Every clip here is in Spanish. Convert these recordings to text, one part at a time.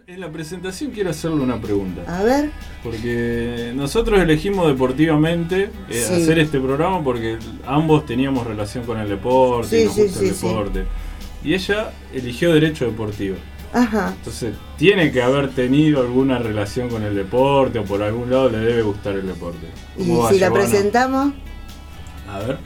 En la presentación quiero hacerle una pregunta. A ver. Porque nosotros elegimos deportivamente hacer este programa porque ambos teníamos relación con el deporte, nos gusta el deporte. Y ella eligió Derecho Deportivo. Ajá. Entonces, tiene que haber tenido alguna relación con el deporte o por algún lado le debe gustar el deporte. ¿Y si la presentamos? A ver.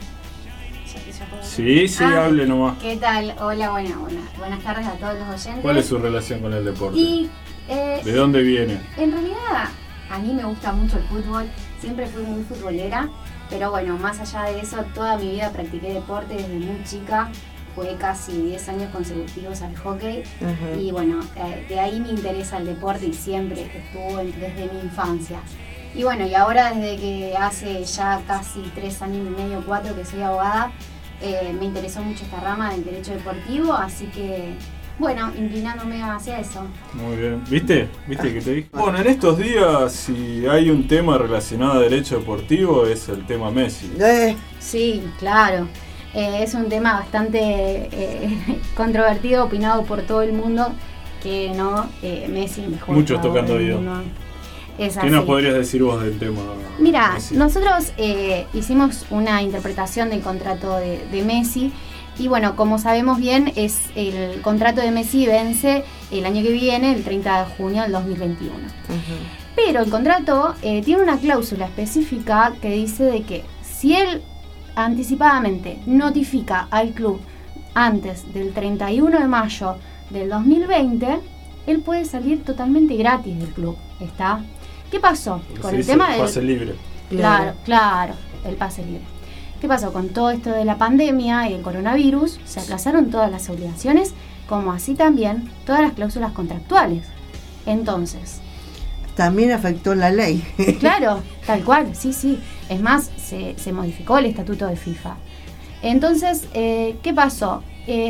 Sí, hable nomás. ¿Qué tal? Hola, buenas tardes a todos los oyentes. ¿Cuál es su relación con el deporte? ¿De dónde viene? En realidad, a mí me gusta mucho el fútbol, siempre fui muy futbolera, pero bueno, más allá de eso, toda mi vida practiqué deporte desde muy chica. Jugué casi 10 años consecutivos al hockey. Uh-huh. Y bueno, de ahí me interesa el deporte y siempre estuvo desde mi infancia. Y bueno, y ahora desde que hace ya casi 3 años y medio, 4 que soy abogada, me interesó mucho esta rama del derecho deportivo, así que, bueno, inclinándome hacia eso. Muy bien. ¿Viste que te dije? Bueno, en estos días, si hay un tema relacionado a derecho deportivo, es el tema Messi. Sí, claro. Es un tema bastante controvertido, opinado por todo el mundo, que no, Messi mejor. Muchos tocando oído. ¿Qué nos podrías decir vos del tema? Mira, nosotros hicimos una interpretación del contrato de Messi y bueno, como sabemos bien, el contrato de Messi vence el año que viene, el 30 de junio del 2021. Uh-huh. Pero el contrato tiene una cláusula específica que dice de que si él anticipadamente notifica al club antes del 31 de mayo del 2020, él puede salir totalmente gratis del club. ¿Está? ¿Qué pasó con el tema del pase libre? Claro, el pase libre. ¿Qué pasó con todo esto de la pandemia y el coronavirus? Se aplazaron todas las obligaciones, como así también todas las cláusulas contractuales. Entonces, también afectó la ley. Claro, tal cual, sí. Es más, se modificó el estatuto de FIFA. Entonces, ¿qué pasó?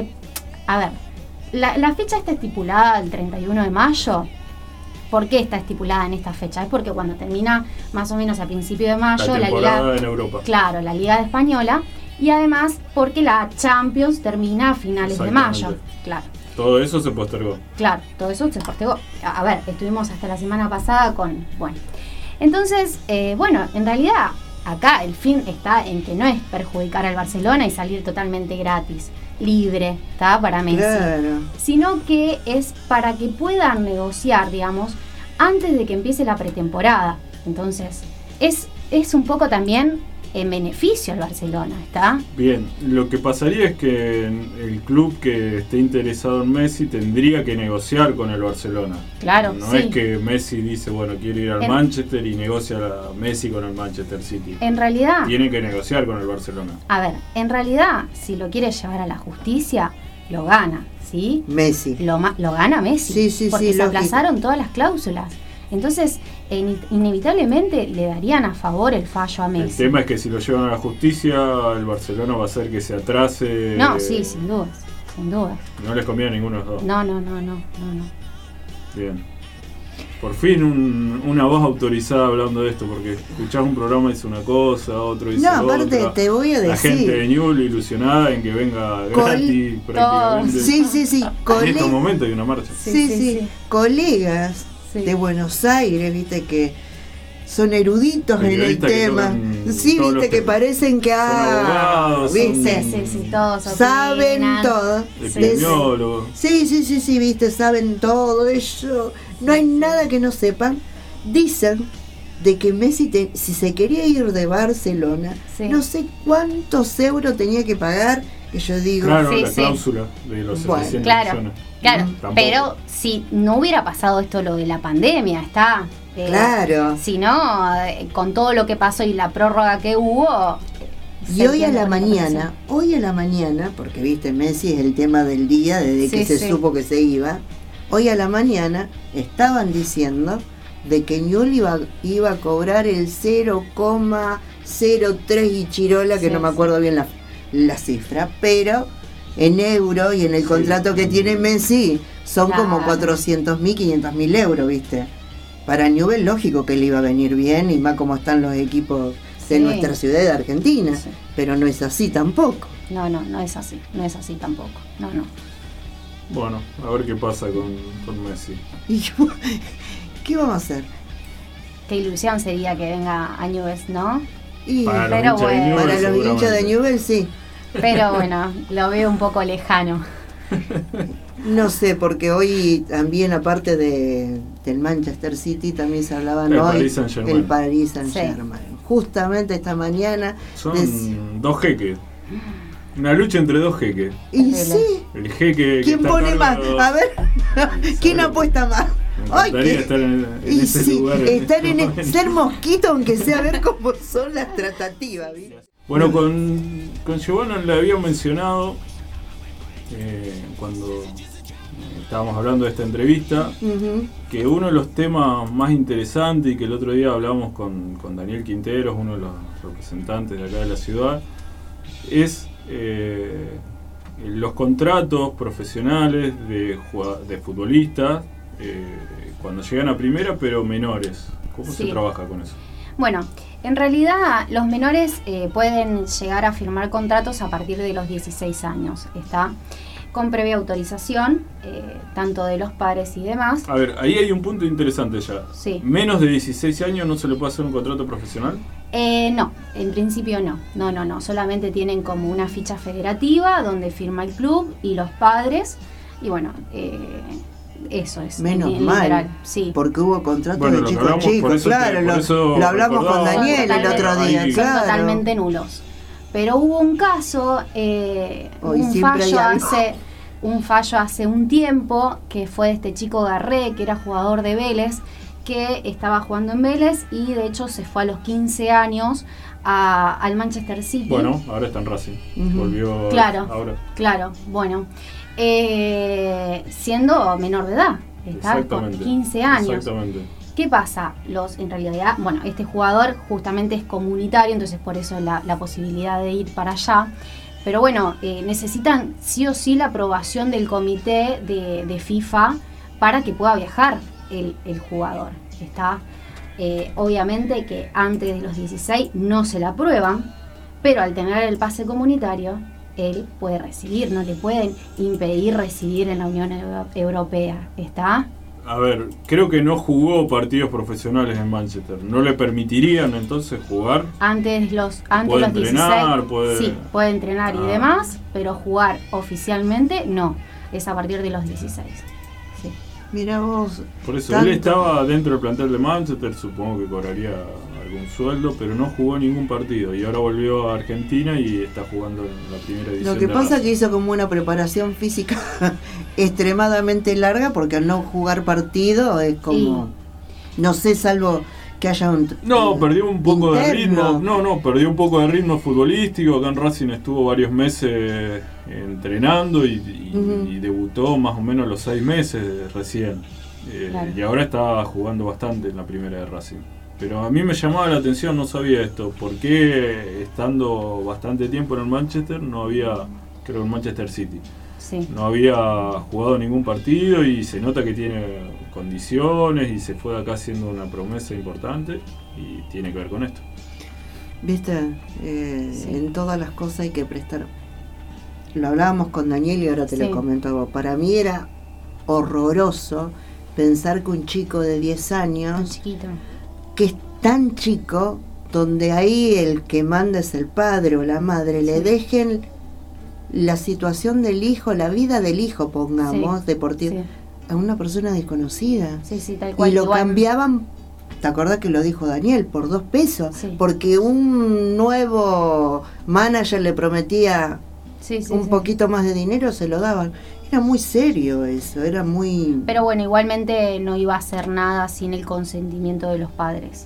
A ver, la fecha está estipulada el 31 de mayo. ¿Por qué está estipulada en esta fecha? Es porque cuando termina más o menos a principio de mayo la Liga en Europa. Claro, la Liga Española. Y además porque la Champions termina a finales de mayo. Claro. Todo eso se postergó. Claro, todo eso se postergó. A ver, estuvimos hasta la semana pasada con... Bueno, entonces, en realidad acá el fin está en que no es perjudicar al Barcelona y salir totalmente gratis, libre, ¿está? Para Messi. Claro. Sino que es para que puedan negociar, digamos, antes de que empiece la pretemporada. Entonces, es un poco también en beneficio al Barcelona, ¿está? Bien, lo que pasaría es que el club que esté interesado en Messi tendría que negociar con el Barcelona. Claro, no es que Messi dice, bueno, quiero ir al Manchester y negocia a Messi con el Manchester City. En realidad... Tiene que negociar con el Barcelona. A ver, en realidad, si lo quiere llevar a la justicia, lo gana, ¿sí? Messi. Lo gana Messi. Sí, porque se aplazaron todas las cláusulas. Entonces, inevitablemente le darían a favor el fallo a Messi. El tema es que si lo llevan a la justicia, el Barcelona va a hacer que se atrase. No, sí, sin dudas. No les conviene a ninguno de los dos. No. Bien. Por fin una voz autorizada hablando de esto, porque escuchás un programa y dice una cosa, otro dice otra. No, aparte te voy a decir. La gente de Newell ilusionada en que venga gratis prácticamente. Sí. En estos momentos hay una marcha. Sí. Colegas de Buenos Aires, viste, que son eruditos en el tema. Sí, viste, que parecen que abogados, ¿viste? Sí, todos saben todo. Epidemiólogos. Sí, viste, saben todo eso. No hay nada que no sepan. Dicen de que Messi, si se quería ir de Barcelona, no sé cuántos euros tenía que pagar. Que yo digo, claro, la cláusula de los 700 millones. Claro, pero si no hubiera pasado esto lo de la pandemia, está... claro. Si no, con todo lo que pasó y la prórroga que hubo... Y hoy a la mañana, porque viste, Messi es el tema del día, desde que se supo que se iba. Hoy a la mañana estaban diciendo de que Newell iba a cobrar el 0,03 y Chirola, que no me acuerdo bien la cifra, pero en euro y en el contrato que tiene Messi son como 400.000, 500.000 euros, ¿viste? Para Newell, lógico que le iba a venir bien, y más como están los equipos de nuestra ciudad de Argentina, pero no es así tampoco. No es así tampoco, no. Bueno, a ver qué pasa con Messi. ¿Y qué vamos a hacer? Qué ilusión sería que venga a Newell's, ¿no? Para los hinchas de Newell's, sí. Pero bueno, lo veo un poco lejano. No sé, porque hoy también, aparte del Manchester City, también se hablaba el Paris Saint-Germain. El Paris Saint-Germain. Sí. Justamente esta mañana. Son dos jeques. Una lucha entre dos jeques. Y sí. El jeque. ¿Quién pone más? A ver, ¿quién apuesta más? Me encantaría estar en ese lugar. Estar ser mosquito, aunque sea, ver cómo son las tratativas. ¿Viste? Bueno, con Giovanna le había mencionado cuando estábamos hablando de esta entrevista, que uno de los temas más interesantes, y que el otro día hablamos con Daniel Quinteros, uno de los representantes de acá de la ciudad, es los contratos profesionales de futbolistas cuando llegan a primera, pero menores. ¿Cómo se trabaja con eso? Bueno, en realidad los menores pueden llegar a firmar contratos a partir de los 16 años, ¿está? Con previa autorización, tanto de los padres y demás. A ver, ahí hay un punto interesante ya. Sí. ¿Menos de 16 años no se le puede hacer un contrato profesional? No, en principio no. No. Solamente tienen como una ficha federativa donde firma el club y los padres. Y bueno, eso es. Menos mal, literal, sí. Porque hubo contratos de chicos, claro, lo hablamos con Daniel el otro día, son totalmente nulos. Pero hubo un caso, un fallo hace un tiempo, que fue de este chico Garré, que era jugador de Vélez, que estaba jugando en Vélez y de hecho se fue a los 15 años al Manchester City. Bueno, ahora está en Racing. Volvió ahora. Claro, bueno. Siendo menor de edad, está con 15 años. Exactamente. ¿Qué pasa? En realidad, bueno, este jugador justamente es comunitario, entonces por eso la posibilidad de ir para allá. Pero bueno, necesitan sí o sí la aprobación del comité de FIFA para que pueda viajar el jugador. ¿Está? Obviamente que antes de los 16 no se la aprueban, pero al tener el pase comunitario, él puede recibir, no le pueden impedir recibir en la Unión Europea. ¿Está? A ver, creo que no jugó partidos profesionales en Manchester. ¿No le permitirían entonces jugar? Antes los entrenar, 16. Sí, puede entrenar y demás, pero jugar oficialmente no. Es a partir de los 16. Sí. Mira vos. Por eso él estaba dentro del plantel de Manchester, supongo que cobraría algún sueldo, pero no jugó ningún partido. Y ahora volvió a Argentina y está jugando en la primera edición. Lo que pasa es que hizo como una preparación física extremadamente larga, porque al no jugar partido es como, no sé, salvo que haya perdió un poco de ritmo. Perdió un poco de ritmo futbolístico. Acá en Racing estuvo varios meses entrenando y debutó más o menos a los 6 meses recién. Claro. Y ahora está jugando bastante en la primera de Racing. Pero a mí me llamaba la atención, no sabía esto. ¿Por qué estando bastante tiempo en el Manchester no había, creo en Manchester City, no había jugado ningún partido? Y se nota que tiene condiciones y se fue de acá haciendo una promesa importante y tiene que ver con esto. Viste, en todas las cosas hay que prestar. Lo hablábamos con Daniel y ahora te lo comentaba. Para mí era horroroso pensar que un chico de 10 años, que es tan chico, donde ahí el que manda es el padre o la madre, le dejen la situación del hijo, la vida del hijo, pongamos, deportiva, a una persona desconocida. Tal cual. Y lo cambiaban, ¿te acordás que lo dijo Daniel? Por 2 pesos. Porque un nuevo manager le prometía un poquito más de dinero, se lo daban. Era muy serio eso, era muy... Pero bueno, igualmente no iba a hacer nada sin el consentimiento de los padres.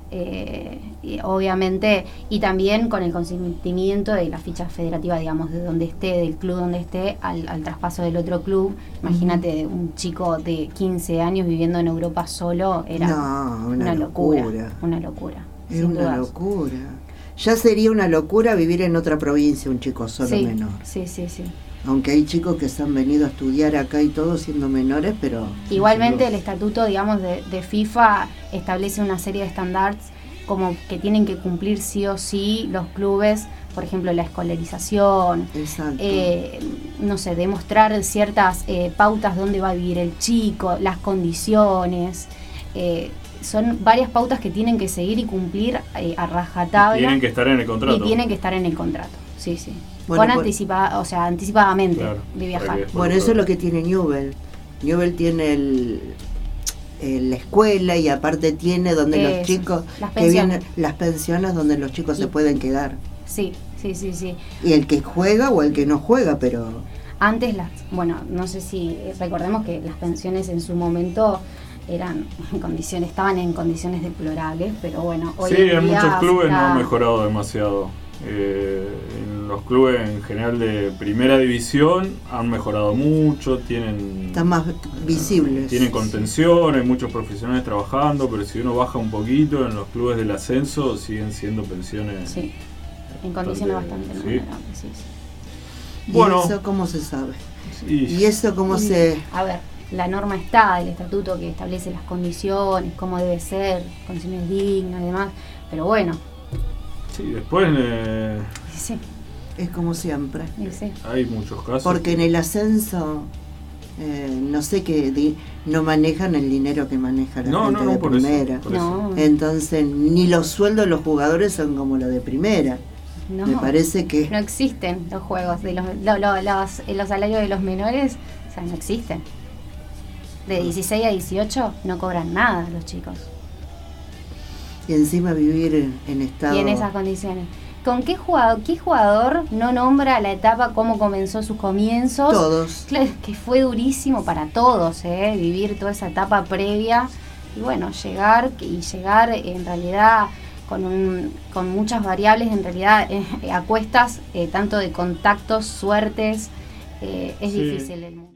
Y obviamente, y también con el consentimiento de la ficha federativa, digamos, de donde esté, del club donde esté, al traspaso del otro club. Imagínate un chico de 15 años viviendo en Europa solo, era una locura. Una locura. Era una locura. Ya sería una locura vivir en otra provincia un chico solo menor. Sí. Aunque hay chicos que se han venido a estudiar acá y todo siendo menores, pero... Igualmente el estatuto, digamos, de FIFA establece una serie de estándares como que tienen que cumplir sí o sí los clubes, por ejemplo, la escolarización, no sé, demostrar ciertas pautas dónde va a vivir el chico, las condiciones. Son varias pautas que tienen que seguir y cumplir a rajatabla. Tienen que estar en el contrato. Y tienen que estar en el contrato, sí. Bueno, anticipadamente claro, de viajar. Bueno, eso es lo que tiene Newell. Newell tiene la escuela y aparte tiene donde los chicos que vienen, las pensiones donde los chicos se pueden quedar. Sí. Y el que juega o el que no juega, pero antes no sé si recordemos que las pensiones en su momento estaban en condiciones deplorables, pero bueno, hoy en muchos clubes no han mejorado demasiado. En los clubes en general de primera división han mejorado mucho, están más visibles, tienen contención, hay muchos profesionales trabajando, pero si uno baja un poquito, en los clubes del ascenso siguen siendo pensiones en condiciones bastante vulnerables. Bueno, ¿y eso cómo se sabe? ¿Y eso cómo se...? A ver, la norma está, el estatuto que establece las condiciones, cómo debe ser, condiciones dignas y demás, pero bueno. Sí, después... Es como siempre. Sí. Hay muchos casos. Porque en el ascenso, no sé qué, no manejan el dinero que maneja la gente de primera. Por eso. Entonces, ni los sueldos de los jugadores son como los de primera. No, me parece que... No existen los juegos, de los salarios de los menores, o sea, no existen. De 16 a 18 no cobran nada los chicos. Y encima vivir en estado... Y en esas condiciones. ¿Con qué jugador no nombra la etapa, cómo comenzó sus comienzos? Todos. Que fue durísimo para todos, vivir toda esa etapa previa. Y bueno, llegar en realidad con muchas variables, en realidad a cuestas tanto de contactos, suertes, es difícil el mundo.